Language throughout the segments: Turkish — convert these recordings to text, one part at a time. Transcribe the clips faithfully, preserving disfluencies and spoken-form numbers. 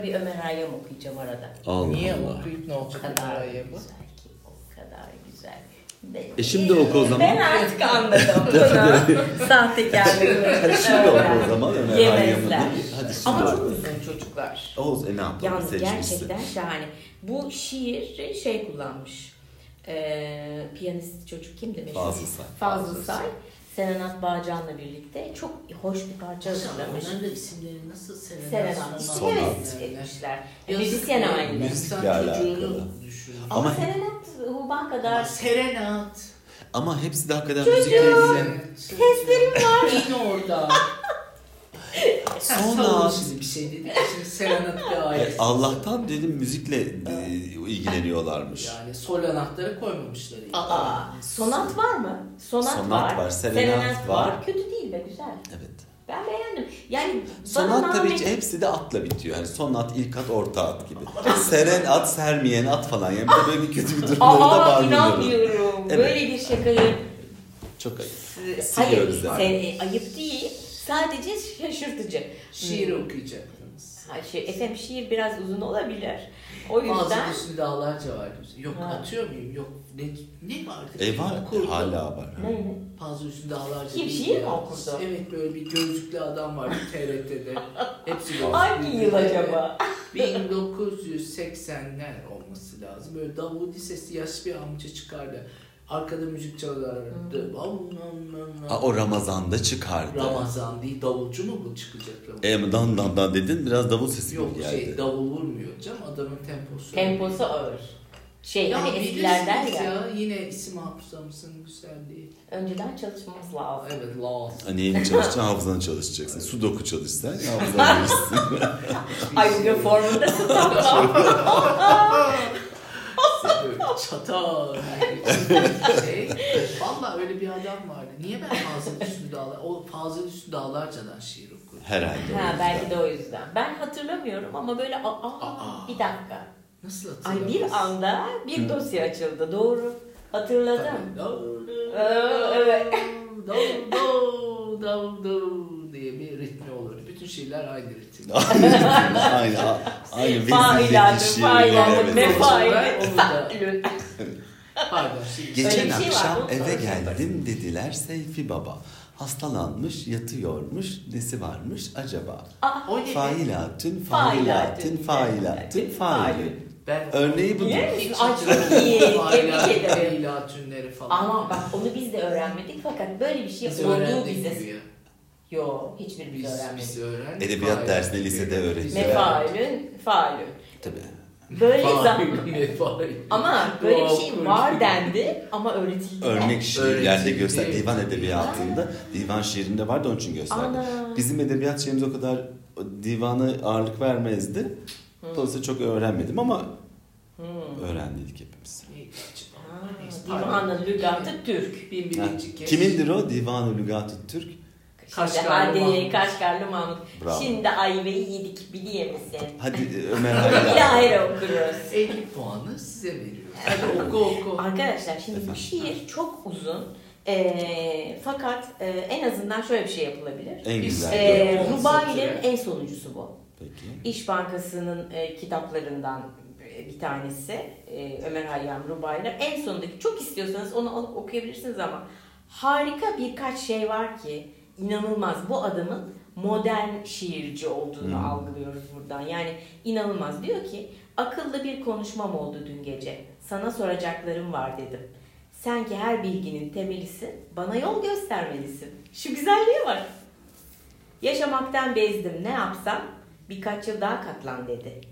Bir Ömer Hayyam okuyacağım arada. Allah Niye Allah. okuyup ne olacak O kadar Ömer Hayyam'ı? güzel ki, o kadar güzel. E şimdi oku o zaman. Ben artık anladım bunu. Sahtekarlığı. Hadi şimdi oku o zaman Ömer Hayyam'ı. Yemezler. Hadi şimdi Ama çok oku. uzun çocuklar. Oğuz e ne yapalım Yalnız seçmişsin. gerçekten şahane. Bu şiir şey kullanmış. Ee, piyanist çocuk kimdi meşhur? Fazıl Say. Fazıl Say. Serenat Bağcan'la birlikte çok hoş bir parça hazırlamış. Onların da isimleri nasıl Serenat? Serenat. Sonat. Evet etmişler. Müzisyen aile. Müzikle alakalı. Ama, Ama- Serenat Huban kadar Serenat. Ama hepsi de hakikaten Çocuğum. müzikle ilgili. seslerim var. Yine orada. Sonat. Sonra şimdi bir şey dedik. Şimdi Serenat bir ailesi. Allah'tan dedim müzikle e, ilgileniyorlarmış. Yani sol anahtarı koymamışlar. ilk. Aa, sonat var mı? Sonat, Sonat var. var, serenat var. Kötü değil be, güzel. Evet. Ben beğendim. Yani Sonat bana tabii Name- ki hepsi de atla bitiyor. Yani son at, ilk at, orta at gibi. Seren at, sermeyen at falan. Yani bir de böyle bir kötü bir durumları da Aa, var bunların. inanmıyorum. Evet. Böyle bir şakayı Çok ayıp. hayır, Siliyoruz yani. sen- ayıp değil. Sadece şaşırtıcı. Şiir Hmm. okuyacaktınız. Ha, şey, efendim şiir biraz uzun olabilir. O yüzden Bazı üstü dağlarca var. Yok Ha. atıyor muyum? Yok. Ne, ne vardı? E var, Okurdu. hala var. ne ne? Fazla üstü dağlarca. Kim, değil şiir ya. mi okurdu? Evet, böyle bir gözlüklü adam vardı T R T'de. Hepsi gözlüklü. Hangi yıl acaba? bin dokuz yüz seksenler olması lazım. Böyle Davudi sesi yaşlı bir amca çıkardı. Arkada müzik çalardı. Ha, o Ramazan'da çıkardı. Ramazan değil, davulcu mu bu çıkacak Ramazan? E ama dan dan dan dedin, biraz davul sesi Yok gibi geldi. şey, davul vurmuyor canım, adamın temposu. Temposu ağır. Şey Ya hani eskilerden bilirsiniz ya. ya. Yine isim hafızamızın güzelliği. Önceden çalışmamız lazım. Evet, lazım. Hani yeni çalışacaksın, hafızanı çalışacaksın. Sudoku çalışsan hafızanı gelişsin. Ay bugün formundasın tatlım. Böyle çatal. şey. Valla öyle bir adam vardı. Niye ben Fazıl Üstü Dağlar, o Fazıl Üstü Dağlarca'dan şiir okurum. Herhalde. o Ha yüzden. belki de o yüzden. Ben hatırlamıyorum ama böyle aa, Aa. bir dakika. Nasıl Ay hatırlamazsın? bir anda bir dosya açıldı. Doğru. Hatırladım. Tabii. Ee, evet. Do, do, do, do diye bir ritmi olur. Bütün şiirler aynı ritim. aynı, aynı vezindeki Failatı, şiirler. failatı, Evet. mefaili, Onu da- fa'lü. Pardon. Şimdi Geçen Öyle bir şey var, akşam onu sonra eve şey yaparız. geldim dediler Seyfi Baba. Hastalanmış, yatıyormuş, nesi varmış acaba? o ne? Failatün, Failatün, failatün, failatün, failatün, failün. Ben Örneği budur. Bilir misin? hiç Ay hatırlamıyorum. çok iyi. Tebrik Failat, ederim. feilatünleri falan. Ama bak onu biz de öğrenmedik fakat böyle bir şey Biz olduğu öğrendik bize. gibi ya. Yo, hiçbir biz Biz, öğrenmedik. biz öğrendik. Edebiyat Failat dersinde gibi. lisede öğrendik. Mefalün, faalün. Tabii. Böyle Fail, zaman. mefail. Ama böyle bir Doğal şey kurucu. var dendi ama öğretildi. de. Örnek şiirlerde Öğretildi. göster. Divan edebiyatında, divan şiirinde vardı onun için gösterdi. Ana. Bizim edebiyat şeyimiz o kadar divana ağırlık vermezdi. Dolayısıyla çok öğrenmedim ama Hmm. öğrendik hepimiz. İyi, açık. Aa, Neyse, Divanın lügatı Türk. Bin Ha, birinci kez. kimindir o? Divan-ı Lügat-ı Türk. Şimdi Kaşgarlı hadi Mahmut. Kaşgarlı Mahmut. Bravo. Şimdi ayvayı yedik biliyor musun? Hadi Ömer Bir Hayyam. daire okuruz. elli puanı size veriyorum. Hadi oku oku. Arkadaşlar şimdi bu Efendim? şiir çok uzun. Ee, fakat e, en azından şöyle bir şey yapılabilir. En Biz- güzel. Ee, dört on Rubailerin satır. en sonuncusu bu. Peki. İş Bankası'nın e, kitaplarından e, bir tanesi. E, Ömer Hayyam Rubailer. En sondaki çok istiyorsanız onu alıp okuyabilirsiniz ama harika birkaç şey var ki inanılmaz. Bu adamın modern şiirci olduğunu Hmm. algılıyoruz buradan. Yani inanılmaz. Diyor ki akıllı bir konuşmam oldu dün gece. Sana soracaklarım var dedim. Sen ki her bilginin temelisin. Bana yol göstermelisin. Şu güzelliğe bak. Yaşamaktan bezdim ne yapsam birkaç yıl daha katlan dedi.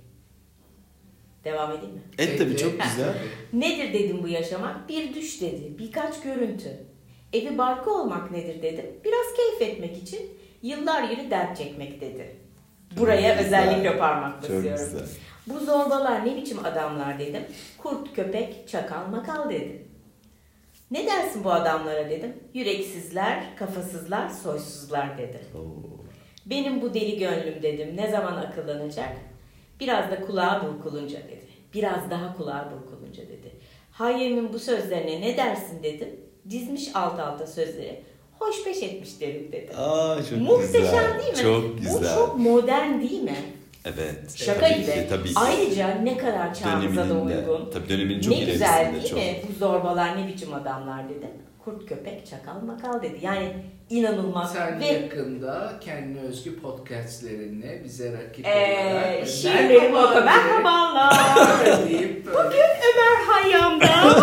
Devam edeyim mi? Et tabii çok Peki. güzel. Nedir dedim bu yaşamak? Bir düş dedi. Birkaç görüntü. Evi barkı olmak nedir dedim. Biraz keyif etmek için yıllar yürü dert çekmek dedi. Buraya Çok özellikle güzel. parmak Çok basıyorum. güzel. Bu zorbalar ne biçim adamlar dedim. Kurt, köpek, çakal, makal dedi. Ne dersin bu adamlara dedim. Yüreksizler, kafasızlar, soysuzlar dedi. Oo. Benim bu deli gönlüm dedim. Ne zaman akıllanacak? Biraz da kulağa burkulunca dedi. Biraz daha kulağa burkulunca dedi. Hayyem'in bu sözlerine ne dersin dedim. Dizmiş alt alta sözleri. Hoş peş etmiş derim dedi. Aa çok Muhteşem güzel. değil mi? Çok güzel. Bu çok modern değil mi? Evet. Şaka tabii gibi. Ki, tabii ki. Ayrıca ne kadar çağımıza da uygun. Tabii döneminin çok ne güzel ilerisinde değil çok. mi? Bu zorbalar ne biçim adamlar dedi. Kurt köpek çakal makal dedi. Yani inanılmaz. Sen Ve yakında kendine özgü podcastlerinle bize rakip Ee, olarak şimdi bakın merhabalar. deyip böyle Bugün Ömer Hayyam'da.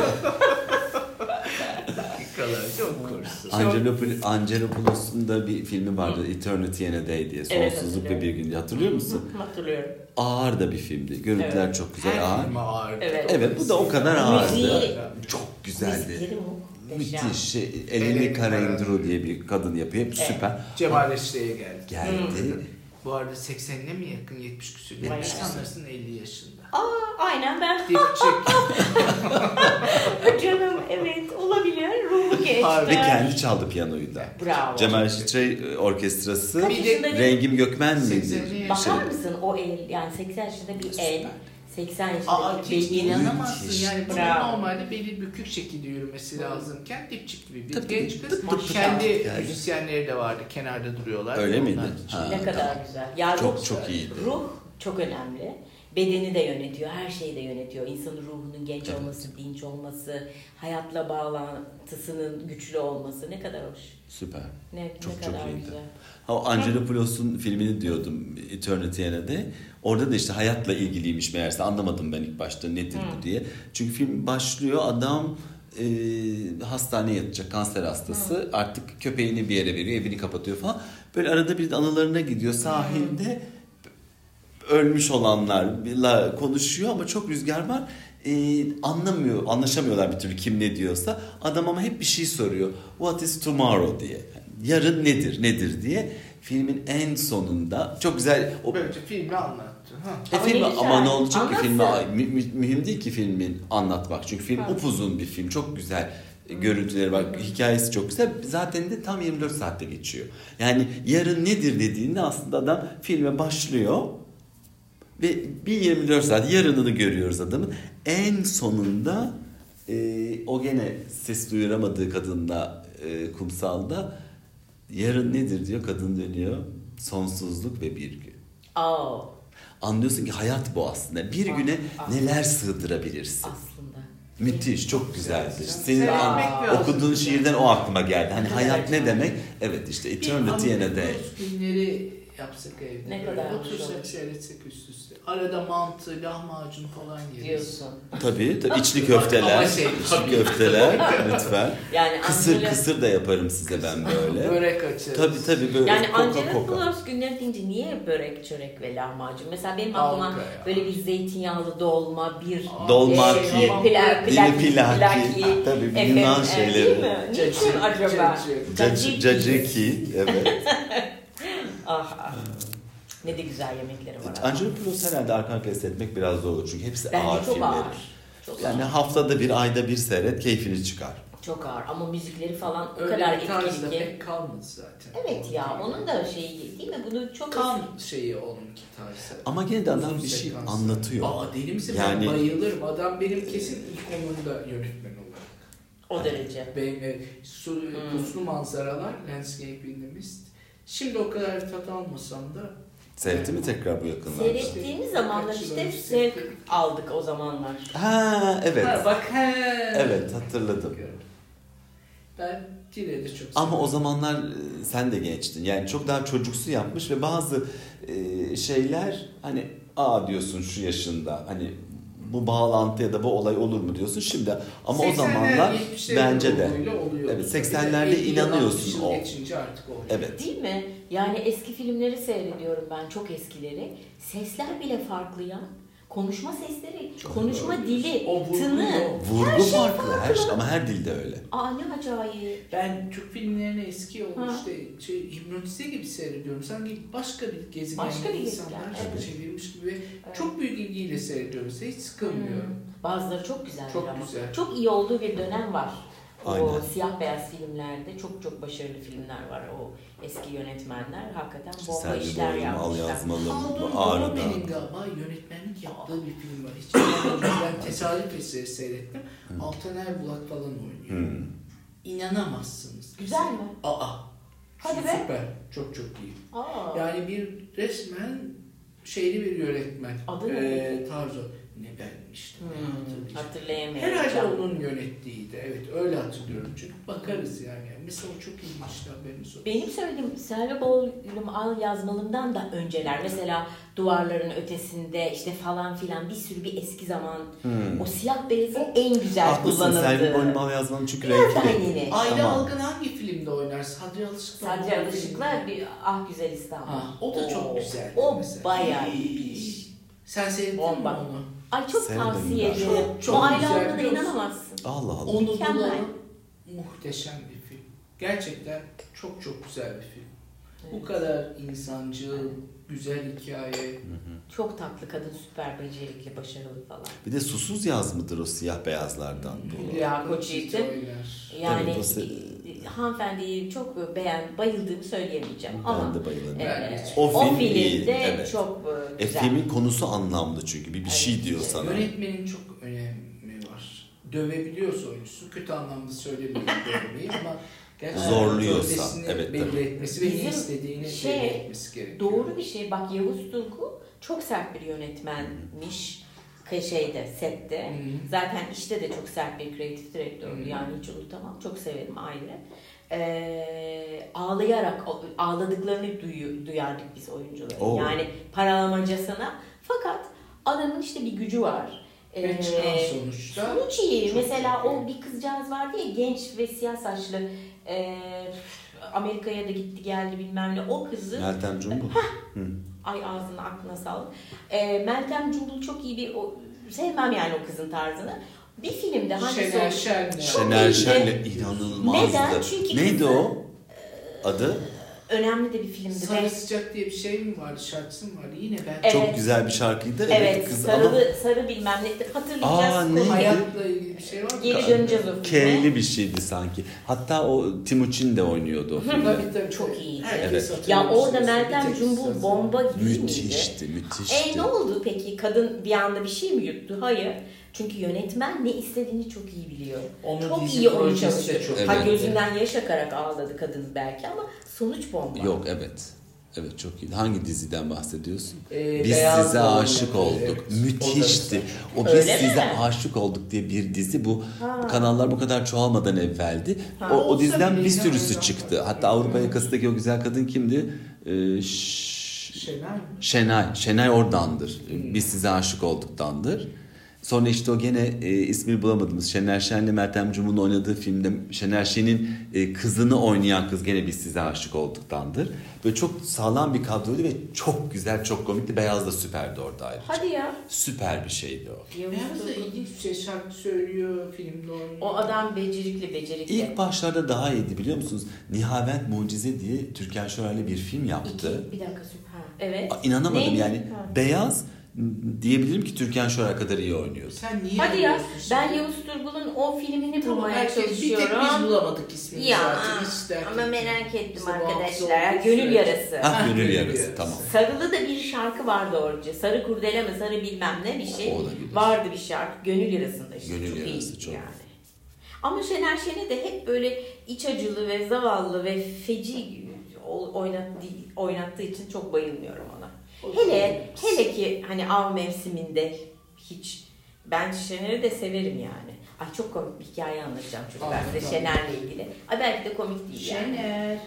dakikalarca okursun. Angelopoulos- Angelopoulos'un da bir filmi vardı, Eternity and a Day diye. Evet, Sonsuzluk ve hatırlıyorum. bir gün. Hatırlıyor musun? Hatırlıyorum. Ağır da bir filmdi. Görüntüler Evet. çok güzel, Her ağır. film ağır. Evet. Evet, bu da o kadar ağırdı. Müziği- Çok güzeldi. Müzikleri muhteşem. Müthiş. Şey, Eleni Karaindro diye bir kadın yapıyor. Hep Evet. süper. Cemal Reşit'e geldi. Geldi. Bu arada seksenine mi yakın, yetmiş küsür? Bayağı. yetmiş sanırsın elli yaşında. Aa, aynen ben. Dipçik. Canım evet olabilir. Ruhu geçti. Ve kendi çaldı piyanoyu da. Bravo. Cemal Şitre Orkestrası. Kaç Bir de- yaşında bir- Rengim Gökmen seksenli miydi? Bakar Şey, mısın o el yani seksen yaşında bir el. Süper. seksen yaşında Aa, bir hiç beyin. inanamazsın Müthiş. yani bunun Bravo. normalde beli bükük şekilde yürümesi lazımken dipçik gibi bir Tabii, genç kız. tıp tıp tıp Kendi geldi. müzisyenleri de vardı, kenarda duruyorlar. Öyle miydi? Onlar- Ha, Ne kadar tamam. güzel. Ya Çok ruh, çok iyiydi. ruh çok önemli. Bedeni de yönetiyor, her şeyi de yönetiyor. İnsanın ruhunun genç Evet. olması, dinç olması, hayatla bağlantısının güçlü olması ne kadar hoş. Süper. Ne, Çok, ne çok kadar iyiydi. güzel. Ha, o Angelopoulos'un filmini diyordum, Eternity and a Day. Orada da işte hayatla ilgiliymiş meğerse. Anlamadım ben ilk başta nedir bu diye. Çünkü film başlıyor, adam e, hastaneye yatacak, kanser hastası. Hı. Artık köpeğini bir yere veriyor, evini kapatıyor falan. Böyle arada bir de anılarına gidiyor sahilde. Ölmüş olanlarla konuşuyor ama çok rüzgar var. Ee, anlamıyor, anlaşamıyorlar bir türlü kim ne diyorsa. Adam ama hep bir şey soruyor. What is tomorrow diye. Yarın nedir, nedir diye. Filmin en sonunda çok güzel. O, Böylece filmi anlattı. Ha. e, Ama filmi, ne güzel. ama ne olacak ki filmi Anlatsın. mü- mü- mühim değil ki filmin anlatmak. Çünkü film Ha. upuzun bir film. Çok güzel görüntüleri var. Hikayesi çok güzel. Zaten de tam yirmi dört saatte geçiyor. Yani yarın nedir dediğinde aslında adam filme başlıyor. Ve bir yirmi dört saat yarınını görüyoruz adamın. En sonunda e, o gene ses duyuramadığı kadınla e, kumsalda yarın nedir diyor, kadın dönüyor. Sonsuzluk ve bir gün. Aa, Anlıyorsun ki hayat bu aslında. Bir Ah, güne ah. neler sığdırabilirsin. aslında. Müthiş, çok güzeldi. Güzel. Senin Sevmek an- lazım. okuduğun şiirden o aklıma geldi. Hani Evet. hayat ne demek? Evet işte Eternity and a Day. filmleri yapsak evde. Ne Böyle kadar hoş otursak olur. seyretsek üst üste. Arada mantı, lahmacun falan yeriz. Diyorsun. Tabii, tabii içli köfteler, Ama şey, içli tabii. köfteler lütfen. Yani Kısır Angela- kısır da yaparım size ben böyle. Börek açarız. Tabii tabii böyle Yani koka Angela koka. Poulos günleri deyince niye börek, çörek ve lahmacun? Mesela benim aklıma Halka ya. böyle bir zeytinyağlı dolma, bir Dolmaki, e, bir pilav, dili pilaki, pilaki, pilaki, tabii bir efendim, Yunan e, şeyleri. Değil mi? Niçin acaba? Cacı, caciki, evet. Ah, ah. Ne de güzel yemekleri var. Angelopoulos herhalde arka arkaya seyretmek biraz zor olur çünkü hepsi Bence ağır çok filmleri. ağır. Çok Yani ağır. haftada bir, ayda bir seyret, keyfini çıkar. Çok ağır ama müzikleri falan o Öyle kadar bir tarzda etkili ki. pek kalmadı zaten. Evet ya onun da şeyi değil mi? Bunu çok Kan şeyi onunki tarzı. Ama gene de adam Uzun bir şey sekans. anlatıyor. Aa deli misin? Yani- Ben bayılırım. Adam benim kesin ilk onunda yönetmen olur. o derece. Benim e, su, Hmm. puslu manzaralar, landscape in the mist. Şimdi o kadar tat almasam da Seyretti mi tekrar bu yakınlarda? Seyrettiğimiz zamanlar Kaç yıl işte önce zevk seyrettik. aldık o zamanlar. Ha evet. Ha, bak he. Evet hatırladım. Ben yine de çok Ama o zamanlar e, sen de gençtin. Yani çok daha çocuksu yapmış ve bazı e, şeyler hani aa diyorsun şu yaşında hani bu bağlantı ya da bu olay olur mu diyorsun şimdi ama o zamanlar bence de. Evet, seksenlerde inanıyorsun o. Geçince artık oluyor. Evet. Değil mi? Yani eski filmleri seyrediyorum ben, çok eskileri. Sesler bile farklı ya. Konuşma sesleri, Çok konuşma doğru. dili, O vurgu tını. yok. Vurgu Her şey farklı her farklı. şey ama her dilde öyle. Aa ne acayip. Ben Türk filmlerini eski o Ha. işte şey, hipnotize gibi seyrediyorum. Sanki başka bir gezegen Başka bir insanlar gezegen, evet. çevirmiş gibi. Evet. Çok büyük ilgiyle seyrediyorum. Hiç sıkılmıyorum. Hmm. Bazıları çok güzel Çok ama. güzel. Çok iyi olduğu bir dönem var. O Aynen. siyah beyaz filmlerde çok çok başarılı filmler var. O eski yönetmenler hakikaten bomba Sergi işler Boyum, Al yapmışlar. Yazmalım, Haldun Ağrı'da. Dormen'in galiba yönetmenlik yaptığı bir film var. Hiç bilmiyorum. Ben tesadüf eseri seyrettim. Altan Erbulak falan oynuyor. Hmm. İnanamazsınız. Güzel mi? Aa. Hadi be. Süper. Çok çok iyi. Aa. Yani bir resmen şeyli bir yönetmen. Adı ne? Ee, Tarzo. Ne benmiştim. Hmm, hatırlayamıyorum. Herhalde onun yönettiğiydi. Evet öyle hatırlıyorum. Çünkü bakarız yani. Mesela o çok ilginçti, haberiniz olsun. Benim söylediğim Selvi Boylum Al yazmalımdan da önceler. Mesela Duvarların Ötesinde işte falan filan bir sürü bir eski zaman. Hmm. O siyah beyazın en güzel Haklısın, kullanıldığı. Selvi Boylum Al yazmanın çünkü Biraz daha renkli. yeni. Aile Tamam. Algın hangi filmde oynar? Sadri Alışık'la. Sadece Alışık'la bir Ah Güzel İstanbul. Ha, o da çok Oo, güzel. O mesela. bayağı iyi bir iş. Sen sevdin mi Bomba. onu? Ay çok Sevdim tavsiye ben. ederim. Çok- çok Bu aile güzel, olmana biliyor musun? inanamazsın. Allah Allah. Onu Mükemmel. bulalım. Muhteşem bir film. Gerçekten çok çok güzel bir film. Bu Evet. kadar insancıl, güzel hikaye. Hı hı. Çok tatlı kadın, süper becerikli, başarılı falan. Bir de susuz yaz mıdır o siyah beyazlardan? Bu? Hülya Koçyiğit'in Yani Evet, o se- e, hanımefendiyi çok beğen, bayıldığımı söyleyemeyeceğim ama Ben de bayılırım. e, O o, film filmde iyi, evet. çok e, E, güzel. filmin konusu anlamlı çünkü bir bir şey Evet. diyor sana. Yönetmenin çok önemi var. Dövebiliyorsa oyuncusu, kötü anlamda söylemiyorum dövmeyi ama gerçekten Zorluyorsa, gövdesini evet, belli tabii. etmesi ve ne Bizim istediğini şey, belli etmesi gerekiyor. Doğru bir şey. Bak Yavuz Turgu çok sert bir yönetmenmiş şeyde, sette. Hı. Zaten işte de çok sert bir kreatif direktördü. Hı. Yani hiç unutamam. Çok severim ayrı. Ee, ağlayarak, ağladıklarını duyu, duyardık biz oyuncuları. Oo. Yani paralamacasına. Fakat adamın işte bir gücü var. Ve çıkan Ee, sonuçta Sonuç iyi. çok Mesela iyi. o bir kızcağız vardı ya, genç ve siyah saçlı, e, Amerika'ya da gitti geldi bilmem ne. O kızı Meltem Cumbul. Hı. ay ağzına aklına sağlık. E, Meltem Cumbul çok iyi bir o, sevmem yani o kızın tarzını. Bir filmde hangisi Şener o? Şen'le. Çok Şener iyiydi. Şen'le inanılmazdı. Neden? Çünkü Neydi kızı- o? Adı? Önemli de bir filmdi. Sarı Ben- Sıcak diye bir şey mi vardı? Şarkısı mı vardı? Yine ben. Evet. Çok güzel bir şarkıydı. Evet, kız sarılı, ama sarı bilmem ne. Aa, Hatırlayacağız. ne? konuyu. Hayatla ilgili bir şey var mı? Geri döneceğiz o filme. K'li bir şeydi sanki. Hatta o Timuçin de oynuyordu o filmde. Tabii, tabii. Çok iyiydi. Herkes Evet. Ya hatırlıyor. orada Bir Meltem tek Cumbul siz bomba gibi miydi? Müthişti, müthişti. E ne oldu peki? Kadın bir anda bir şey mi yuttu? Hayır. Çünkü yönetmen ne istediğini çok iyi biliyor. Onun çok dizi iyi onu projesi de çalıştı. çok Ha Evet. gözünden yaş akarak ağladı kadın belki ama sonuç bomba. Yok evet. Evet çok iyi. Hangi diziden bahsediyorsun? Ee, Biz Beyaz size Boylu. aşık olduk. Evet. Müthişti. O Biz Öyle size mi? aşık olduk diye bir dizi. Bu Ha. kanallar bu kadar çoğalmadan evveldi. Ha. O, o Olsa diziden bile bir yine sürüsü hayran çıktı. var. Hatta Avrupa yakasındaki o güzel kadın kimdi? Ee, Ş- Şener mi? Şenay. Şenay oradandır. Hmm. Biz size aşık olduktandır. Sonra işte o gene e, ismini bulamadığımız Şener Şen'le Meltem Cumbul'un oynadığı filmde Şener Şen'in e, kızını oynayan kız gene Biz size aşık olduktandır. Böyle çok sağlam bir kadroydu ve çok güzel, çok komikti. Beyaz da süperdi orada ayrıca. Hadi ya. Süper bir şeydi o. Yavuz Beyaz da Turgul. ilginç bir şey, şarkı söylüyor, filmde oynuyor. O adam becerikli becerikli. İlk başlarda daha iyiydi biliyor musunuz? Nihavent Mucize diye Türkan Şoray'la bir film yaptı. İki, bir dakika süper. Ha, evet. Aa, İnanamadım Neydi? yani. Ha. Beyaz diyebilirim ki Türkan Şoray kadar iyi oynuyor. Sen niye Hadi ya. arıyorsun Ben şimdi? Yavuz Turgul'un o filmini Tamam, bulmaya herkes- çalışıyorum. Bir tek biz bulamadık ismini Ya zaten. Hiç dert ama etme. merak ettim Bize bu arkadaşlar. hafta olduğu Gönül sürece. yarası. Ah, Ha, gönül gönül yarası yarası. tamam. Sarılı da bir şarkı vardı orada. Sarı kurdele mi sarı bilmem ne bir şey. Olabilir. Vardı bir şarkı. Gönül yarasında işte. Gönül çok yarası iyiydi çok. yani. Ama Şener Şen'e de hep böyle iç acılı ve zavallı ve feci oynattığı, oynattığı için çok bayılmıyorum ona. Hele hele ki hani av mevsiminde hiç ben Şener'i de severim yani. Ay çok komik bir hikaye anlatacağım çocuklar Anladım. size Şener'le ilgili. Ay belki de komik değil yani. Şener.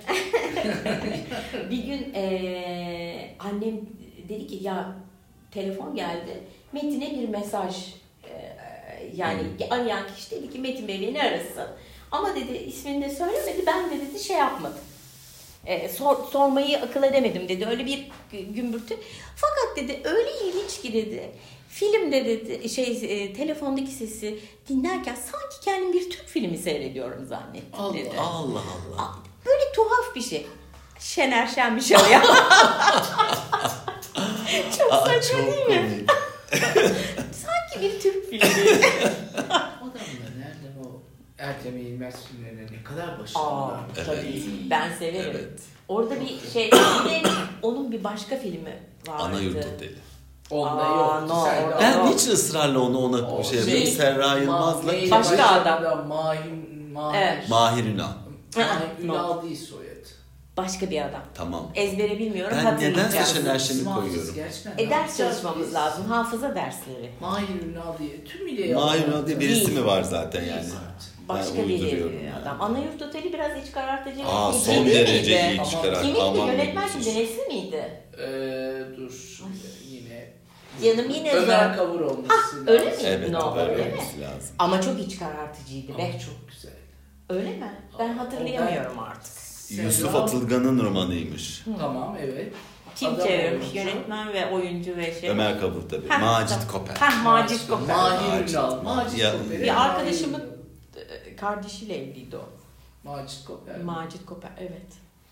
Bir gün eee, annem dedi ki ya telefon geldi. Metin'e bir mesaj eee, yani arayan kişi dedi ki Metin Bey beni arasın. Ama dedi ismini de söylemedi. Ben de dedi şey yapmadım. E, sor, sormayı akıl edemedim dedi. Öyle bir gümbürtü. Fakat dedi öyle ilginç ki dedi. Filmde dedi şey e, telefondaki sesi dinlerken sanki kendim bir Türk filmi seyrediyorum zannettim Allah dedi. Allah Allah. Aa, Böyle tuhaf bir şey. Şener Şenmiş o ya. Çok Aa, saçma çok değil mi? komik. Sanki bir Türk filmi. O da nereden o Ertem İlmez filmlerine ne kadar başarılı. Aa, Evet. tabii. Ben severim. Evet. Orada bir şey, bir de onun bir başka filmi vardı. Ana yurt oteli. Onda Aa, yok. no, Sen de- orada- Ben Ama- niçin ısrarla onu ona O şey yapıyorum? şey- Serra Yılmaz'la Ma- Başka Mahir- adam. Mahir, Mahir. Evet. Mahir Ünal. Mahir No. Ünal değil soyadı. Başka bir adam. Tamam. Ezbere bilmiyorum, Ben hatırlayacağım. nedense Şener Şen'i Sınavsız koyuyorum. gerçekten. E Ne ders yapacağız çalışmamız biz? lazım. Hafıza dersleri. Mahir Ünal diye tümüyle Mahir Ünal diye birisi Değil. mi var zaten yani? Değil. Başka Ben bir uyduruyorum adam. yani. Anayurt Oteli biraz iç karartıcı. Aa, bir son şey değil derece miydi? iyi Ama çıkaran. Kimiydi? Aman Yönetmen müthiş. kimdi? Nesi miydi? Ee, dur yine. Canım yine Ömer zor. Kavur olması Ah, lazım. öyle mi? Evet, No, öyle öyle mi? olması lazım. Ama çok iç karartıcıydı Ama be. çok güzel. Öyle mi? Ben hatırlayamıyorum artık. Yusuf Serra- Atılgan'ın romanıymış. Tamam evet. Kim Adam çevirmiş? oyuncu. Yönetmen ve oyuncu ve şey. Ömer Kavur tabii. Heh, Macit tamam. Koper. Heh, Macit Koper. Mahir Macit. Ünal. Macit Ya- Koper. Bir arkadaşımın e, kardeşiyle evliydi o. Macit Koper. Macit Koper, evet.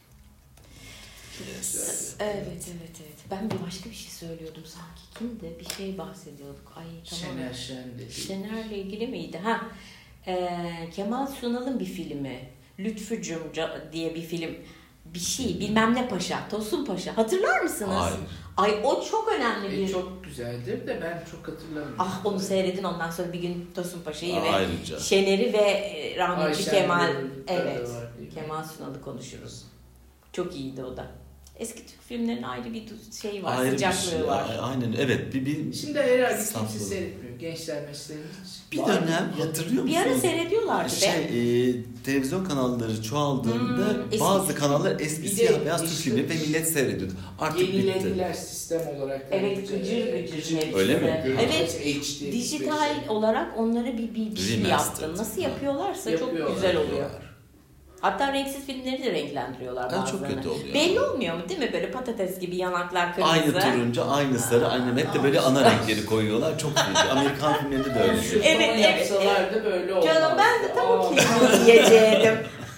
Yes. Evet, evet, evet. Ben bir başka bir şey söylüyordum sanki. Kimdi? Bir şey bahsediyorduk. Ay tamam. Şener Şen dedi. Şener'le ilgili miydi? Ha. Ee, Kemal Sunal'ın bir filmi. Lütfücüm Ca- diye bir film. Bir şey, bilmem ne paşa, Tosun Paşa. Hatırlar mısınız? Hayır. Ay o çok önemli bir... E, çok güzeldir de ben çok hatırlamıyorum. Ah onu seyredin, ondan sonra bir gün Tosun Paşa'yı ve Ayrıca. Şener'i ve e, rahmetli Ayşen Kemal, Gönül de evet, var değil mi? Kemal Sunal'ı konuşuruz. Çok iyiydi o da. Eski Türk filmlerinin ayrı bir şey var, Ayrı bir sıcaklığı şey. var. Aynen evet. Bir, bir, Şimdi herhalde kimse Estağfurullah. seyretmiyor. Gençler mesleğini hiç. bir Var mı? dönem hatırlıyor Bir musunuz? ara seyrediyorlardı Şey, be. e, televizyon kanalları çoğaldığında Hmm, eski- bazı kanallar eski Bir de siyah beyaz Türk işte- filmi ve millet seyrediyordu. Artık bitti. Yenilediler sistem olarak. Evet, Bence. gıcır gıcır hepsi Öyle mi? de. Evet, H D dijital olarak onları bir, bir, bir şey Remastered. yaptın. Nasıl yapıyorlarsa çok Yapıyorlar, güzel oluyor. Yapıyorlar. Hatta renksiz filmleri de renklendiriyorlar Ha, bazılarını. çok kötü oluyor. Belli olmuyor mu değil mi? Böyle patates gibi yanaklar kırmızı. Aynı turuncu, aynı sarı, aynı hep de böyle ana renkleri koyuyorlar. Çok iyi. Amerikan filmlerinde de öyle. Şu Evet, evet, evet, yapsalar da böyle olmaz. Canım ben de tam Aa. o kelimeyi diyecektim.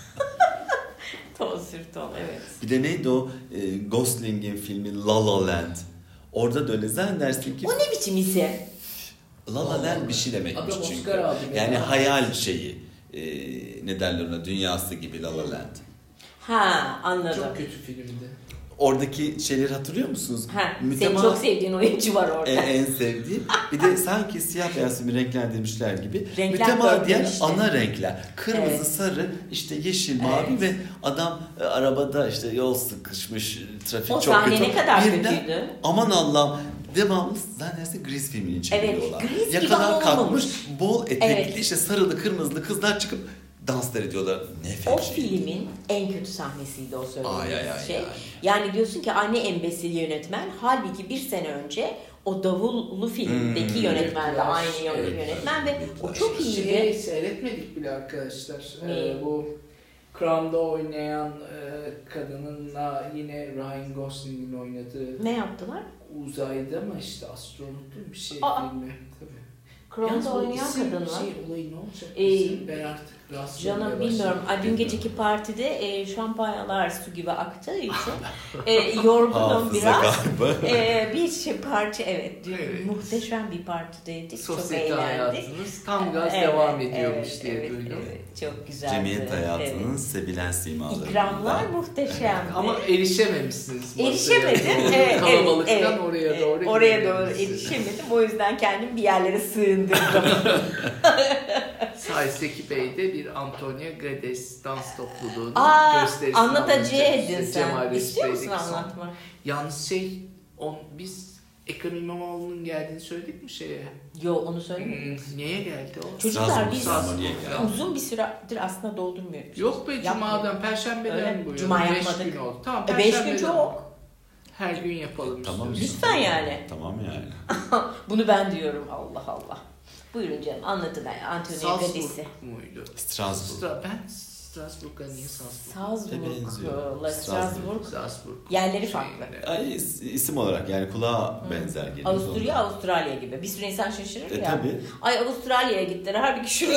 Ton sür ton, evet. Bir de neydi o e, Gosling'in filmi La La Land. Orada da öyle zannedersin ki O ne biçim isim? La La Land bir şey demekmiş Adam çünkü. Oscar aldı. Yani ya. hayal şeyi. E, ne derler ona, dünyası gibi La La Land. Ha, anladım. Çok kötü filmdi. Oradaki şeyleri hatırlıyor musunuz? Ha, senin Mütemah- çok sevdiğin oyuncu var orada. E, en sevdiğim. Bir de sanki siyah beyaz filmi renklendirmişler gibi. Renkler Mütemadiyen döndü işte. ana renkler. Kırmızı, Evet. sarı, işte yeşil, mavi Evet. ve adam e, arabada işte yol sıkışmış, trafik O çok sahne kötü. ne kadar Birden, kötüydü. aman Allah'ım, devamlı zannedersin Grease filmini çeviriyorlar. Evet, Grease gibi Yakalar ama kalkmış, olmamış. bol etekli, Evet. işte sarılı, kırmızılı kızlar çıkıp danslar ediyorlar. Ne O feci. filmin en kötü sahnesiydi o söylediğiniz Ay, ay, ay, şey. ay. Yani diyorsun ki anne embesil yönetmen, halbuki bir sene önce o Davullu filmdeki Hmm. yönetmen de aynı Evet. yönetmen ve o çok iyiydi. Şey seyretmedik bile arkadaşlar. Ne? Ee, bu Crown'da oynayan e, kadınınla yine Ryan Gosling'in oynadığı Ne yaptılar? uzayda mı işte astronotlu bir şey Aa. filmi. Tabii. Crown'da Yalnız o oynayan isim, kadınlar. Şey, olayı ne olacak? Ee, Bizim? ben artık rahatsız Canım olmaya bilmiyorum. başladım. Ay, dün Bilmiyorum. geceki partide e, şampanyalar su gibi aktığı için e, yorgunum Hafıza biraz. galiba. E, bir şey parça evet, dün Evet. muhteşem bir partideydik. Çok Sosyete eğlendik. hayatınız tam gaz Evet, devam ediyormuş evet, diye evet, duydum. Evet, çok güzeldi. Cemiyet hayatının Evet. sevilen simaları. İkramlar muhteşemdi. Ama erişememişsiniz. masaya. Erişemedim. Doğru. Evet, Kalabalıktan evet, oraya evet. doğru Oraya doğru gidememişsiniz. erişemedim. O yüzden kendim bir yerlere sığındırdım. Sayseki Bey'de bir Antonio Gades dans topluluğunun Aa, gösterisini anlatacaktın alacağız. sen. Cemal İstiyor musun Reis Bey'deki son- anlatmak? Yalnız şey, on, biz Ekrem İmamoğlu'nun geldiğini söyledik mi şeye? Yo, onu söylemedim. Hmm, niye geldi o? Çocuklar Strasbourg biz Sarmoni'ye geldi. uzun bir süredir aslında doldurmuyoruz. Yok be Yapmıyor. Cuma'dan, Perşembeden Öyle, bu yana. Cuma Beş yapmadık. gün oldu. Tamam, E, beş gün Perşembeden. çok. Her gün yapalım Tamam. istiyorsun. Lütfen yani. Tamam yani. Bunu ben diyorum, Allah Allah. Buyurun canım, anlatın Antonio Salzburg Gades'i. muydu? Strasbourg. Stra ben Strasbourg'a niye Salzburg? Salzburg'la benziyor. Strasbourg. Salzburg. Yerleri farklı. Şeyinde. Ay, is- isim olarak yani kulağa benzer geliyor. Avusturya, Avustralya gibi. Bir sürü insan şaşırır E ya. tabi. Ay Avustralya'ya gittiler. Halbuki şuraya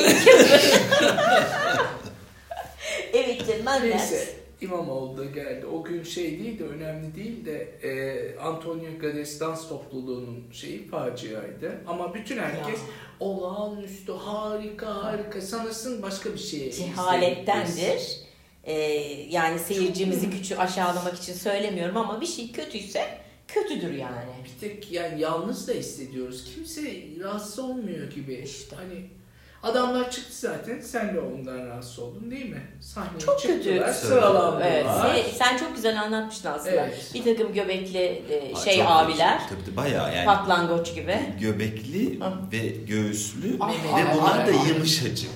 Evet canım, anlat. Neyse İmamoğlu da geldi. O gün şey değil de önemli değil de e, Antonio Gades dans topluluğunun şeyi faciaydı. Ama bütün herkes Ya. olağanüstü harika harika sanırsın başka bir şeye. Cehalettendir. Ee, yani seyircimizi Çok- küçük aşağılamak için söylemiyorum ama bir şey kötüyse kötüdür yani. Bir tek yani yalnız da hissediyoruz. Kimse rahatsız olmuyor gibi. İşte. Hani Adamlar çıktı zaten. Sen de ondan rahatsız oldun değil mi? Sahneye Çok çıktılar, kötü. sıralandılar. Evet, sen, sen çok güzel anlatmıştın aslında. Evet. Bir takım göbekli e, Ay, şey çok abiler, değişik. Tabii tabii, bayağı yani. patlangoç gibi. Göbekli ve göğüslü Ah, ve ah, bunlar da ah. yumuşacık.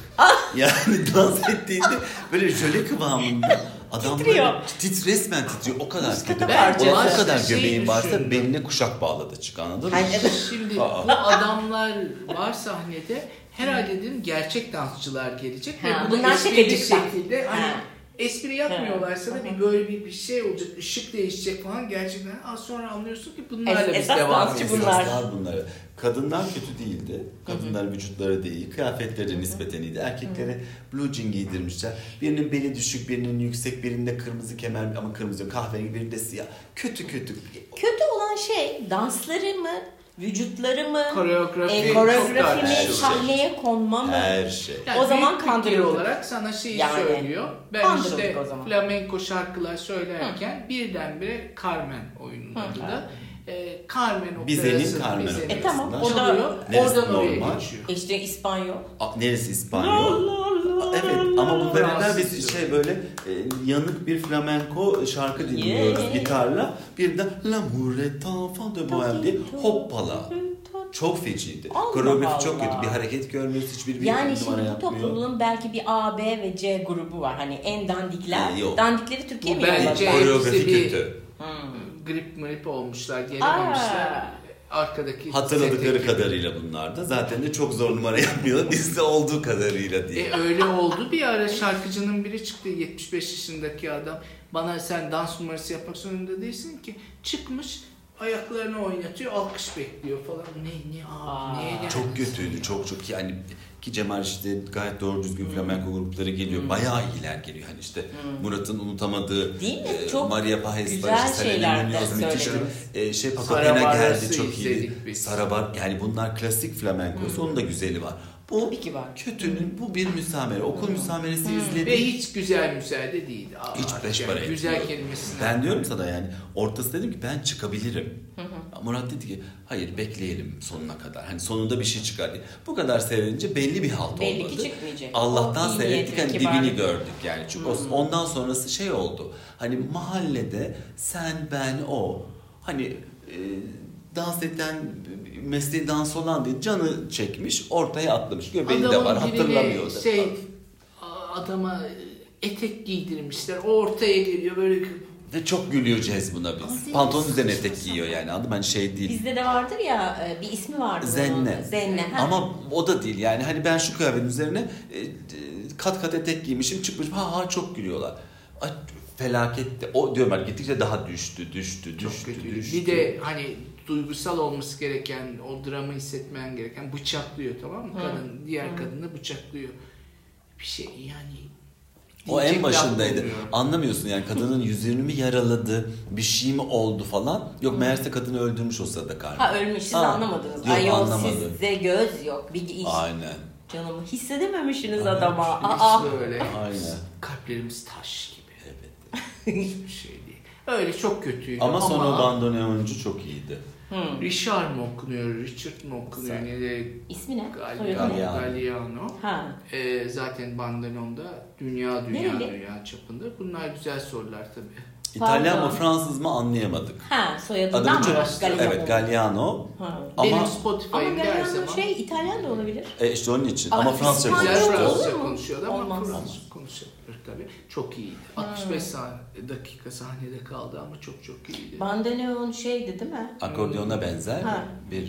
Yani dans ettiğinde böyle jöle kıvamında adamlar Titriyor. tit resmen titriyor. O kadar Mustafa kötü. parçası. O kadar Başka şey göbeğin varsa düşündüm. beline kuşak bağladı çık, anladın mı? Hani evet. Şimdi Aa. bu adamlar var sahnede. Herhalde dedim gerçek dansçılar gelecek. Ha, ve bunu bunlar esprili şakacıklar. şekilde hani Ha. espri yapmıyorlarsa da Ha. bir böyle bir, bir şey olacak, ışık değişecek falan, gerçekten az sonra anlıyorsun ki bunlarla Es- biz esas devam dansçı ediyoruz. bunlar. Esaslar bunları. Kadınlar kötü değildi. Kadınlar vücutları da iyi. Kıyafetleri nispeten iyiydi. Erkeklere blue jean giydirmişler. Birinin beli düşük, birinin yüksek, birinde kırmızı kemer ama kırmızı yok, kahverengi, birinde siyah. Kötü kötü. Kötü olan şey dansları mı, vücutları mı, Koreografi, e, çok koreografi mi, tartışılır. sahneye konma mı? Her şey. Yani O zaman büyük bir fikir kandırıldık. olarak sana şeyi Yani, söylüyor. Ben kandırıldık işte o zaman. flamenko şarkılar söylerken birdenbire Carmen oyunun Hı. adı da. E, Carmen operası. Bize'nin Carmen Bize'nin operası. E tamam, Orada- çalıyor. Neresi Oradan oraya normal? geçiyor. E İşte İspanyol. A, neresi İspanyol? Evet ama bundan evvel Fransızca. biz şey böyle e, yanık bir flamenko şarkı dinliyoruz Yeah. gitarla. Bir de L'amour est enfant de Bohème diye hoppala. Çok feciydi. Allah Koreografi çok Allah. kötü. Bir hareket görmüyoruz. Hiçbir bir Yani numara şimdi bu yapmıyor. topluluğun belki bir A, B ve C grubu var. Hani en dandikler. Ha, yok. Dandikleri Türkiye Bu mi bence- yolladılar? Koreografi hepsi bir- kötü. Hmm. Grip mrip olmuşlar, gelememişler. Aa. Arkadaki Hatırladıkları setteki- kadarıyla bunlar da. Zaten de çok zor numara yapmıyorlar. Bizde olduğu kadarıyla diye. E öyle oldu. Bir ara şarkıcının biri çıktı, yetmiş beş yaşındaki adam. Bana sen dans numarası yapmak zorunda değilsin ki. Çıkmış, ayaklarını oynatıyor, alkış bekliyor falan. Ne ne Aa. abi, neye geldi? Çok kötüydü. Çok çok yani ki Cemal işte gayet doğru düzgün flamenko grupları geliyor. Bayağı iyiler geliyor. Hani işte Murat'ın unutamadığı Değil mi? e, Çok Maria Paes güzel var. işte şeyler Selena de Munoz müthiş. söylediniz. E, şey Paco Sara Pena geldi Barras'ı çok iyiydi. izledik biz. Sara Bar yani bunlar klasik flamenkosu. Onun da güzeli var. Bu Tabii ki var. kötünün bu bir müsamere. Okul müsameresi izledik. Ve hiç güzel müsaade değildi. Aa, Hiç beş yani para güzel etmiyor. kelimesine. Ben diyorum sana yani ortası dedim ki ben çıkabilirim. Murat dedi ki hayır bekleyelim sonuna kadar. Hani sonunda bir şey çıkar diye. Bu kadar seyredince belli bir halt Belli olmadı. ki çıkmayacak. Allah'tan O iyi seyrettik hani niyetli, dibini kibarlık. gördük yani. Çünkü o- ondan sonrası şey oldu. Hani mahallede sen ben o hani e, dans eden mesleği dans olan diye canı çekmiş ortaya atlamış. Göbeği de var Adamın birine hatırlamıyordu. Şey, adama etek giydirmişler. O ortaya geliyor böyle. Ve çok gülüyoruz buna biz. Ay, Pantolon üzerine saçma etek giyiyor sapan. yani anladın mı? Hani şey değil. Bizde de vardır ya e, bir ismi vardı. bunun. Zenne. Zenne. ha. Ama o da değil yani hani ben şu kıyafetin üzerine e, e, kat kat etek giymişim çıkmışım ha ha çok gülüyorlar. Ay, felaketti. O diyorum ben gittikçe daha düştü düştü Çok düştü kötü. düştü. Bir de hani duygusal olması gereken, o dramı hissetmen gereken bıçaklıyor, tamam mı? Hı. Kadın diğer Hı. kadını bıçaklıyor. Bir şey yani. O en diyecek laf başındaydı. bulmuyor. Anlamıyorsun yani kadının yüzünü mü yaraladı, bir şey mi oldu falan. Yok meğerse kadını öldürmüş o sırada karnı. Ha ölmüş siz Ha, anlamadınız. yok, Ayol anlamadım. sizde göz yok. Bir iş. Aynen. Canımı hissedememişsiniz Aynen. adama. Biz Aa. böyle Aynen. kalplerimiz taş gibi. Evet. Hiçbir şey değil. Öyle çok kötüydü. Ama sonra o bandoneoncu çok iyiydi. Hmm. Richard mı okunuyor, Richard mı okunuyor, Sen- ne de İsmi ne? Galliano. Soyadı ne? Galliano. Galliano. Ha. Ee, zaten bandoneonda dünya dünya Nereli? dünya çapında. Bunlar güzel sorular tabii. İtalyan mı Pardon. Fransız mı anlayamadık. Ha soyadından Adını mı? çok Galliano. evet Galliano. Ha. Ama Benim Ama Spotify'ımda her Galliano zaman şey İtalyan da olabilir. e, işte onun için Ama ama Fransızca İspanyol güzel konuşuyor. olur Fransızca mu? konuşuyordu ama Olmaz. Fransızca konuşabilir tabii. Çok iyiydi. altmış beş saniye, dakika sahnede kaldı ama çok çok iyiydi. Bandoneon şeydi değil mi? Akordeona benzer Ha. bir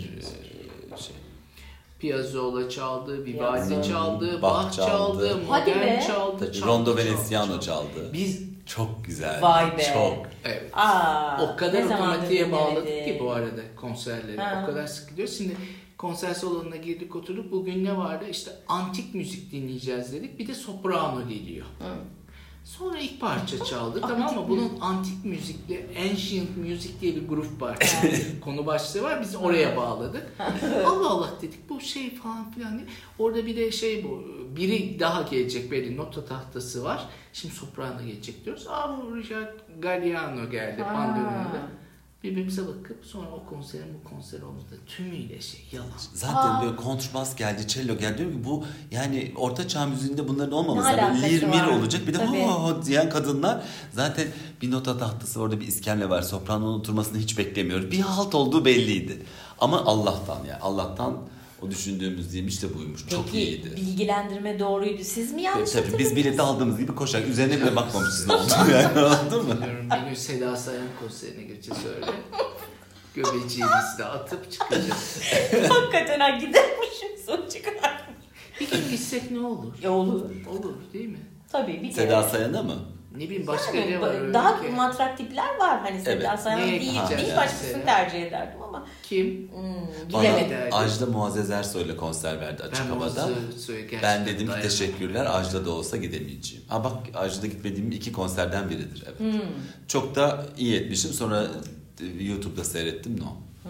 e, şey. Piazzolla çaldı, Vivaldi Piazzolla. çaldı, Bach Bach çaldı. çaldı, Hadi Modern be. çaldı, Tabii, çaldı, Rondo çaldı, Veneziano çaldı. çaldı. Biz Çok güzel. Vay be. Çok. evet. Aa, O kadar ne zamandır otomatiğe bağladık dinlemedim. ki bu arada konserleri. Ha. O kadar sık gidiyoruz. Şimdi konser salonuna girdik oturduk. Bugün ne vardı? İşte antik müzik dinleyeceğiz dedik. Bir de soprano geliyor. Hı. Sonra ilk parça çaldı. Tamam mı? Bunun antik müzikle Ancient Music diye bir grup var. Yani konu başlığı var. Biz oraya bağladık. Allah Allah dedik. Bu şey falan filan diye. Orada bir de şey bu. Biri daha gelecek. Böyle nota tahtası var. Şimdi soprano gelecek diyoruz. Aa bu Richard Galliano geldi. Ha. Bandoneon'da. Birbirimize bakıp sonra o konserin bu konser olduğunda tümüyle şey yalan. Zaten Aa. böyle kontrbas geldi, cello geldi. Diyorum ki bu yani orta çağ müziğinde bunların olmaması. Ne alakası Lir mir var? olacak. Bir de Tabii. ho diyen kadınlar. Zaten bir nota tahtası, orada bir iskemle var. Sopranonun oturmasını hiç beklemiyoruz. Bir halt olduğu belliydi. Ama Allah'tan yani Allah'tan o düşündüğümüz değilmiş de buymuş. Çok Peki iyiydi. bilgilendirme doğruydu. Siz mi yanlış Tabii, tabii. hatırladınız? Biz bileti aldığımız gibi koşarak üzerine bile bakmamışız ne olduğunu yani, anladın mı? Biliyorum bir gün Seda Sayan konserine gireceğiz öyle. Göbeciğimizi de atıp çıkacağız. Hakikaten ha gidermişim sonuç çıkar. Bir gün gitsek ne olur? Ya olur. Olur değil mi? Tabii bir Seda kere. Sayan'a mı? Ne bileyim başka Yani ne var öyle daha ki? matrak tipler var. Hani Seda Evet. Sayan Neye değil, gideceğiz değil yani? başkasını tercih ederdim ama Kim? hmm, Bana bilemedim. Bilemedim. Ajda Muazzez Ersoy'la konser verdi açık Ben havada. Muazzez Ersoy'a gerçekten Ben dedim ki dayanamam. teşekkürler, Ajda da olsa gidemeyeceğim. Ha bak, Ajda'da gitmediğim iki konserden biridir. Evet. Hmm. Çok da iyi etmişim. Sonra e, YouTube'da seyrettim. No.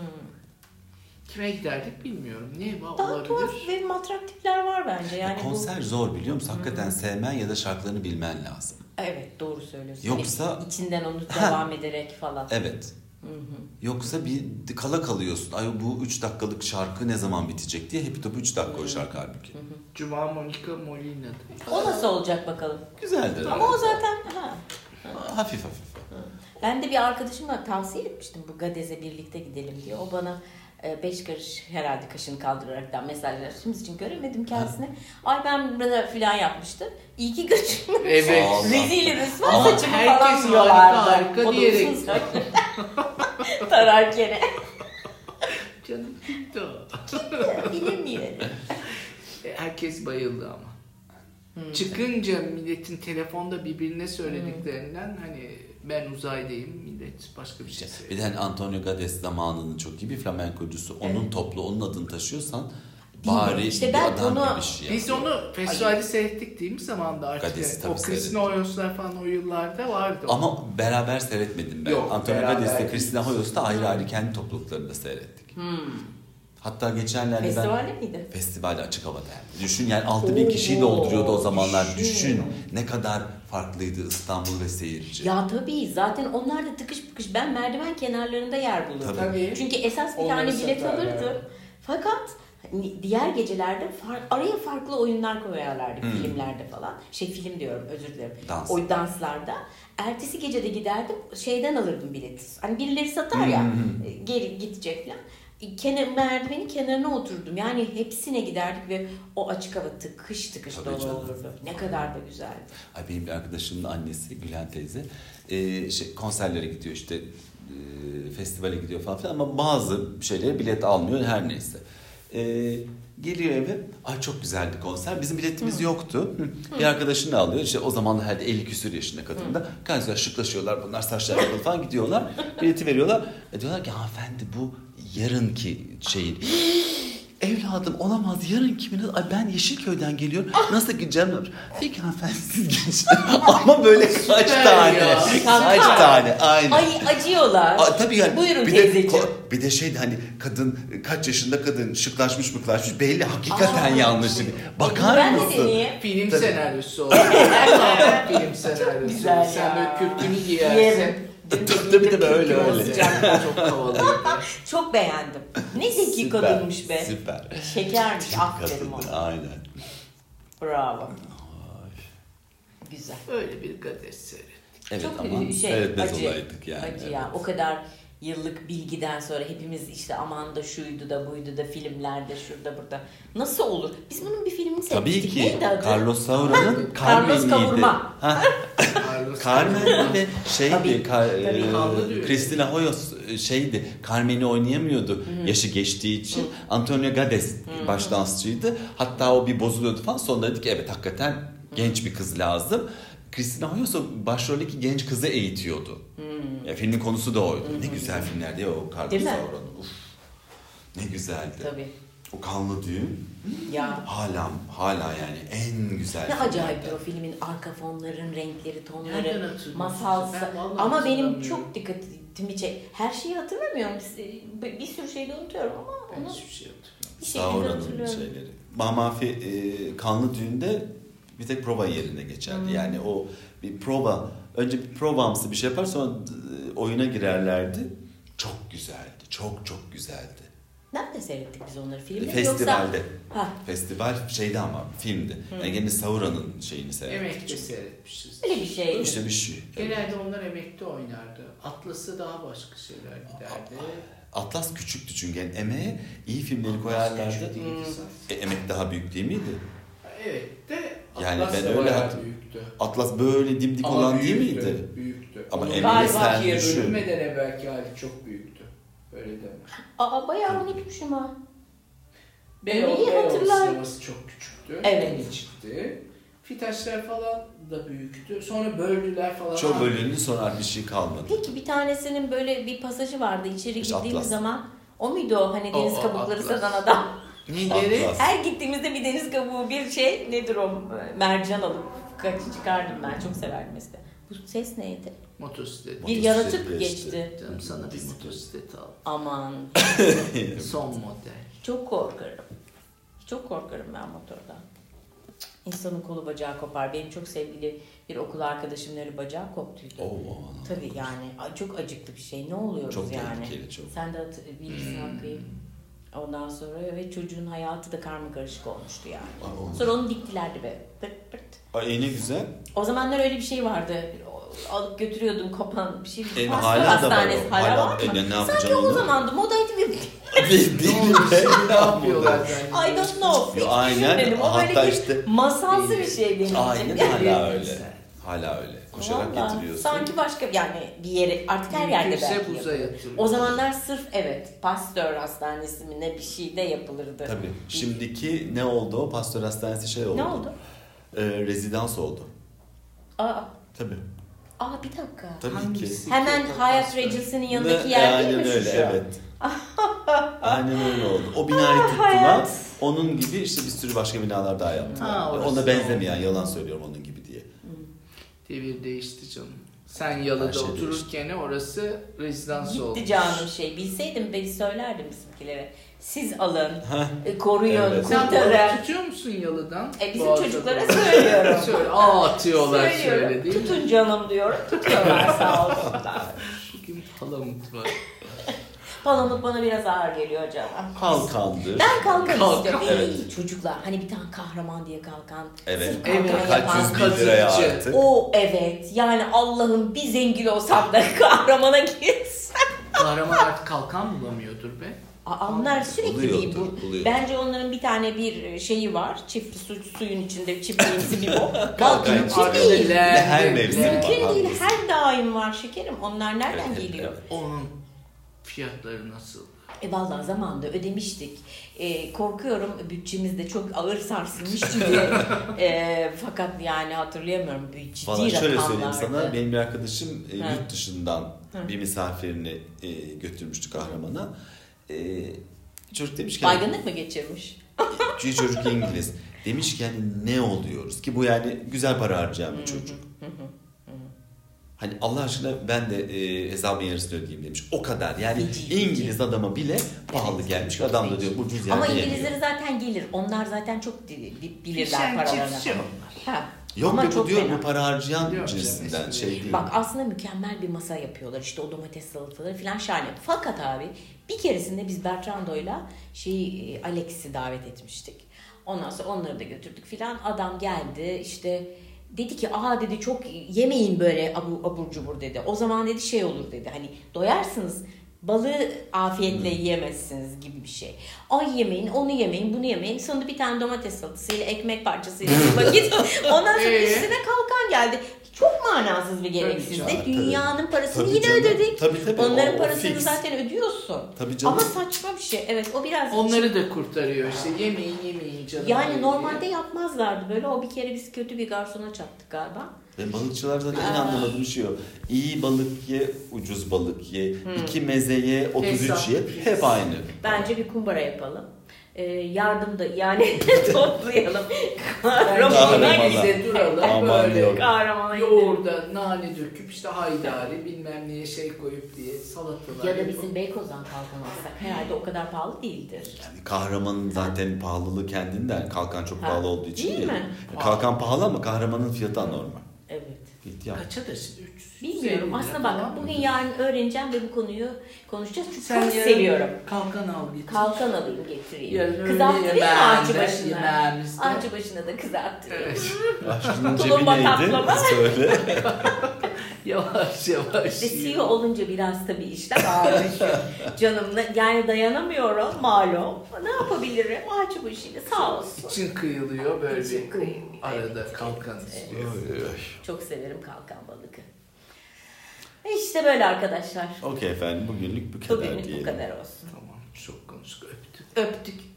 Kime giderdik bilmiyorum. Ne var Daha olabilir? tuhaf ve matrak tipler var bence. Yani bu- Konser zor biliyor musun? Hakikaten sevmen ya da şarkılarını bilmen lazım. Evet doğru söylüyorsun. Yoksa- Hani içinden onu Ha. devam ederek falan. Evet. Yoksa bir kala kalıyorsun. Ay bu üç dakikalık şarkı ne zaman bitecek diye. Hep topu üç dakika o şarkı halbuki. Cuma Monica Molina'da. O nasıl olacak bakalım. Güzeldir. Ama o zaten ha. Hafif hafif. Ben de bir arkadaşıma tavsiye etmiştim bu Gadez'e birlikte gidelim diye. O bana e, beş karış herhalde kaşını kaldıraraktan mesajlar. Şimdi için göremedim kendisini. Ay ben burada filan yapmıştı. İyi ki götürmemiş. Evet. Allah. Rezil rüsva Ama saçımı herkes falan harika, diyorlardı. harika O da diyerek. uzun saç. Tararken. Canım gitti o. Bilemiyorum. Herkes bayıldı ama. Çıkınca milletin telefonda birbirine söylediklerinden hani ben uzaydayım, millet başka bir şey Bir söylüyor. de hani Antonio Gades zamanının çok iyi bir flamenkocusu. Onun Evet. toplu, onun adını taşıyorsan Değil mi? bari İşte bir ben adam onu- gibi bir şey Biz yapıyor. onu festivalde seyrettik değil mi zamanda artık? Gades'i tabii O Christina Hoyos'lar falan o yıllarda vardı. o. Ama beraber seyretmedim ben. Yok, Antonio beraber Gades'le değil. Christina Hoyos'ta ayrı ayrı kendi topluluklarında seyrettik. Hmm. Hatta geçenlerde ben Festivalde miydi? festivalde açık havada. Yani. Düşün yani altı bin Oo, kişiyi dolduruyordu o zamanlar. düşün. Düşün ne kadar farklıydı İstanbul ve seyirci. Ya tabii zaten onlar da tıkış tıkış ben merdiven kenarlarında yer bulurdum. Tabii. Çünkü esas bir Onları tane bilet satarlar. alırdım. Fakat hani diğer gecelerde far- araya farklı oyunlar koyarlardı Hmm. filmlerde falan. Şey film diyorum özür dilerim. Dans. O danslarda. Ertesi gecede giderdim şeyden alırdım bileti. Hani birileri satar ya Hmm. e, geri gidecek falan. Kenar, merdivenin kenarına oturdum. Yani hepsine giderdik ve o açık hava tıkış tıkış Tabii dolu canım. olurdu. Ne kadar da güzeldi. Ay benim bir arkadaşımın annesi Gülen teyze e, şey, konserlere gidiyor işte e, festivale gidiyor falan filan ama bazı şeylere bilet almıyor her neyse. E, geliyor eve. Ay çok güzeldi konser. Bizim biletimiz Hı. yoktu. Hı. Bir arkadaşını alıyor. İşte o zaman herhalde elli küsur yaşında kadında. Gayet güzel şıklaşıyorlar bunlar saçlar yapıyor falan gidiyorlar. Bileti veriyorlar. E diyorlar ki hanımefendi bu yarınki şeyin. Evladım olamaz yarın kimin? Ay ben Yeşilköy'den geliyorum. Nasıl gideceğim? Peki hanımefendi siz geçin. Ama böyle kaç tane. ya. Kaç Kanka. tane. Aynen. Ay acıyorlar. Aa, tabii yani Buyurun bir teyzeciğim. de ko- bir de şeydi hani kadın kaç yaşında kadın şıklaşmış mıklaşmış belli hakikaten Aa, yanlış. şey. Bakar Ben de mısın? deneyeyim. Film Tabii. senaryosu oldu. Allah'ım film senaryosu. güzel Sen ya. böyle kürkünü giyersin. Yerim. Tabii de böyle öyle. Çok havalıydı. Çok beğendim. Ne zeki Süper, kadınmış be. Süper. Şekermiş. Çok Aferin kadındı, ona. aynen. Bravo. Güzel. Öyle bir Gades seyrettik. Evet Çok ama şey, seyretmez acı, olaydık yani. Acı evet. ya. O kadar yıllık bilgiden sonra hepimiz işte aman da şuydu da buydu da filmlerde şurada burada. Nasıl olur? Biz bunun bir filmini Tabii seyrettik. ki Neydi adı? Carlos Saura'nın Carlos Carmen'iydi. Kavurma. Ha, Carlos Carmen ve şeydi, Tabii, Kar- tabii. e, Kanlı diyor. Christina Hoyos şeydi, Carmen'i oynayamıyordu yaşı geçtiği için. Antonio Gades baş dansçıydı. Hatta o bir bozuluyordu falan. Sonra dedik ki evet hakikaten genç bir kız lazım. Christina Hoyos o başroldeki genç kızı eğitiyordu. Hmm. Ya, filmin konusu da oydu. Ne güzel filmlerdi ya o Carlos Değil mi? Saura'nın. Uf, ne güzeldi. Tabii. O kanlı düğün Ya. hala hala yani en güzel. Ne filmlerden. acayiptir o filmin arka fonların renkleri, Nereden tonları, hatırlıyorsun? masalsı. Ben vallahi Ama benim hatırlamıyorum. çok dikkatimi çek. Her şeyi hatırlamıyorum. Bir- Bir sürü şey de unutuyorum ama Ben onu hiçbir şey hatırlamıyorum. bir şekilde Saura'nın hatırlıyorum. şeyleri. Mamafi e, kanlı düğünde bir tek prova yerine geçerdi. Hmm. Yani o bir prova, önce bir provamsı bir şey yapar sonra e, oyuna girerlerdi. Çok güzeldi. Çok çok güzeldi. Nerede seyrettik biz onları? Filmde mi Festivalde. yoksa? Ha. Festival şeydi ama filmdi. Hı. Yani gene Saura'nın şeyini seyrettik. Emek'te seyretmişiz. Öyle bir şey. İşte bir şey. Evet. Genelde onlar Emek'te oynardı. Atlas'ı daha başka şeyler giderdi. Atlas küçüktü çünkü yani emeğe iyi filmleri Atlas koyarlardı. küçük değildi Hmm. zaten. E, emek daha büyük değil miydi? Evet de Yani Atlas ben da öyle bayağı hatır- büyüktü. Atlas böyle dimdik Ama olan değil büyüktü, miydi? Büyüktü. Ama Onun Emre Galiba sen ikiye düşün. bölünmeden evvelki hali çok büyüktü. Öyle deme. Aa bayağı unutmuşum ha. Beyoğlu, Neyi Beyoğlu hatırlar? sineması çok küçüktü. Evet. Yeni çıktı. Fitaşlar falan da büyüktü. Sonra böldüler falan. Çok bölündü sonra bir şey kalmadı. Peki bir tanesinin böyle bir pasajı vardı. İçeri İşte gittiğimiz Atlas. zaman. O muydu o? Hani deniz O, o, kabukları Atlas. satan adam. Neleri? Atlas. Her gittiğimizde bir deniz kabuğu bir şey nedir o? Mercan alıp kaçı çıkardım ben. Çok severdim mesela. Bu ses neydi? Motosiklet. Bir Motosiklet yaratık geçti. geçti. Canım sana bir motosiklet al. Aman. Son model. Çok korkarım. Çok korkarım ben motordan. İnsanın kolu bacağı kopar. Benim çok sevgili bir okul arkadaşımın öyle bacağı koptuydu. Oo, aman. Tabii yani a- çok acıklı bir şey. Ne oluyoruz Çok yani? tehlikeli, çok. Sen de hat- bilirsin Hmm. Hakkı'yı. Ondan sonra ve çocuğun hayatı da karma karışık olmuştu yani. Aa. Sonra onu diktilerdi be. Pırt pırt. Ay ne güzel. O zamanlar öyle bir şey vardı. O- Alıp götürüyordum kopan bir şey. E, Hasta hala da var hastanesi. o. Hala Hala- var mı? e, ne- ne Sanki yapacaksın o onu? zamandı modaydı ve Değil Ne olmuş? Şimdi ne yapıyorlar I don't know. Hiç Aynen. düşünmedim. O Hatta böyle bir işte- masalsı bir şey benim için. Aynen hala öyle. Hala öyle. Koşarak Vallahi getiriyorsun. Sanki başka yani bir yere artık her yerde Mümkünse belki buza yapılır. yatırıyor. O zamanlar sırf evet Pasteur Hastanesi mi ne bir şey de yapılırdı. Tabii. Şimdiki ne oldu? O Pastör Hastanesi şey oldu. Ne oldu? Ee, rezidans oldu. Aa, Tabii. aa bir dakika. Tabii Hangisi? ki. Hemen Peki, Hyatt Pasteur. Regency'nin yanındaki Ne- yer değil aynen mi şu öyle, şu an? evet. Aynen öyle oldu. O binayı tuttular. hayat. Onun gibi işte bir sürü başka binalar daha yaptılar. Ha, orası Ona da benzemeyen, yalan söylüyorum onun gibi diye. Devir değişti canım. Sen Yalı'da Her şey otururken orası rezidans oldu. Gitti canım şey. Bilseydim ben söylerdim bizimkilere. Siz alın, e, koruyun, Evet. Sen kurtarın. balık tutuyor musun Yalı'dan? E, bizim Boğaz'da çocuklara balık. söylüyorum. Söyle. Aa atıyorlar Söylüyorum. şöyle değil mi? Tutun canım diyorum. Tutuyorlar sağ olsunlar. Bugün palamut var. Palamut bana biraz ağır geliyor canım. Kalkandır. Ben kalkan Kalkan. istiyorum. Evet. Ey, çocuklar hani bir tane kahraman diye kalkan. Evet. Sırf kalkan Evet, Kaç yapan. yüz bin liraya kazıcı. artık. O evet yani Allah'ım bir zengin olsam da kahramana gitsem. Kahraman artık kalkan bulamıyordur be. Aa, onlar sürekli değil bu. Buluyordur, buluyordur. Bence onların bir tane bir şeyi var. Çiftli su, suyun içinde çiftliğimsi bir o. Kalkan Mümkün çıkıyor. değil. Bir de her mevsim var. Mümkün değil. haklısın. Her daim var şekerim. Onlar nereden Evet, evet, geliyor? evet. Onun fiyatları nasıl? E vallahi zamanında ödemiştik. E, korkuyorum bütçemiz de çok ağır sarsılmış gibi. e, fakat yani hatırlayamıyorum. Bir ciddi Valla şöyle söyleyeyim rakamlardı. sana, benim bir arkadaşım e, Ha. yurt dışından Ha. bir misafirini e, götürmüştü Kahraman'a. E, çocuk demiş ki, Baygınlık mı geçirmiş? çünkü çocuk İngiliz. Demiş ki hani ne oluyoruz ki bu yani güzel para harcayan bir çocuk. Hani Allah aşkına ben de e, hesabın yarısını ödeyeyim demiş. O kadar yani Feci, İngiliz feci. adama bile pahalı Evet, gelmiş. çok Adam da feci. diyor ucuz yer Ama diyemiyor. İngilizleri zaten gelir. Onlar zaten çok di- di- bilirler Fişen paralarını. çiftçi onlar. Ha. Yok Ama be bu çok diyor fena. bu para harcayan Biliyorum cinsinden canım, şey değil. Bak aslında mükemmel bir masa yapıyorlar. İşte o domates salataları falan şahane. Fakat abi bir keresinde biz Bertrando'yla şey e, Alex'i davet etmiştik. Ondan sonra onları da götürdük filan. Adam geldi işte dedi ki aa dedi çok yemeyin böyle abu, abur cubur dedi. O zaman dedi şey olur dedi hani doyarsınız balığı afiyetle yiyemezsiniz gibi bir şey. Ay yemeyin, onu yemeyin, bunu yemeyin. Sonunda bir tane domates salatasıyla, ekmek parçasıyla bir vakit. Ondan sonra Ee? üstüne kalkan geldi. Çok manasız bir gereksizlik. canım, Dünyanın parasını Tabii yine canım. ödedik. Tabii, tabii. Onların O- o parasını fix. zaten ödüyorsun. Tabii canım. Ama saçma bir şey. Evet o biraz... Onları da kurtarıyor işte. Yemeyin yemeyin canım. Yani diye. normalde yapmazlardı böyle. O bir kere biz kötü bir garsona çattık galiba. Ve balıkçılarda da en anlamadığım şey o. İyi balık ye, ucuz balık ye, iki meze ye, otuz üç Hesap. ye. Hep aynı. Bence bir kumbara yapalım. Ee, yardım da yani toplayalım. Kahramana Kahramana. bize duralım Aman böyle. yok. Kahramana gidelim. Yoğurda nane döküp işte haydari bilmem neye şey koyup diye salatalar Ya da yapıp- bizim Beykoz'dan kalkan alsak herhalde o kadar pahalı değildir. Yani kahramanın zaten pahalılığı kendinden. Kalkan çok Ha, pahalı olduğu için değil değil. mi? Kalkan pahalı ama kahramanın fiyatı anormal. Evet. İhtiyar. Kaça da şimdi? üç Bilmiyorum. Aslında bak bugün yarın öğreneceğim ve bu konuyu konuşacağız. Çünkü Sen çok yarın seviyorum. Kalkan al getir. Kalkan alayım getireyim. Yarın Kızarttırayım mı ağacı yemeğinde, başına? yemeğimizde. Ağacı başına da kızarttırayım. Evet. Aşkının cebi Tulumba neydi? kaplama. Söyle. Yavaş yavaş. Ve C E O olunca biraz tabii işler ağırlaşıyor. Canım yani dayanamıyorum malum. Ne yapabilirim? Ağacı başıyla sağ olsun. İçin kıyılıyor böyle İçin bir kıyılıyor, arada evet. kalkan istiyor. Çok severim kalkan balığı. İşte böyle arkadaşlar. Okey efendim bugünlük bu kadar Bugünlük diyelim. bu kadar olsun. Tamam çok konuştuk öptük. Öptük.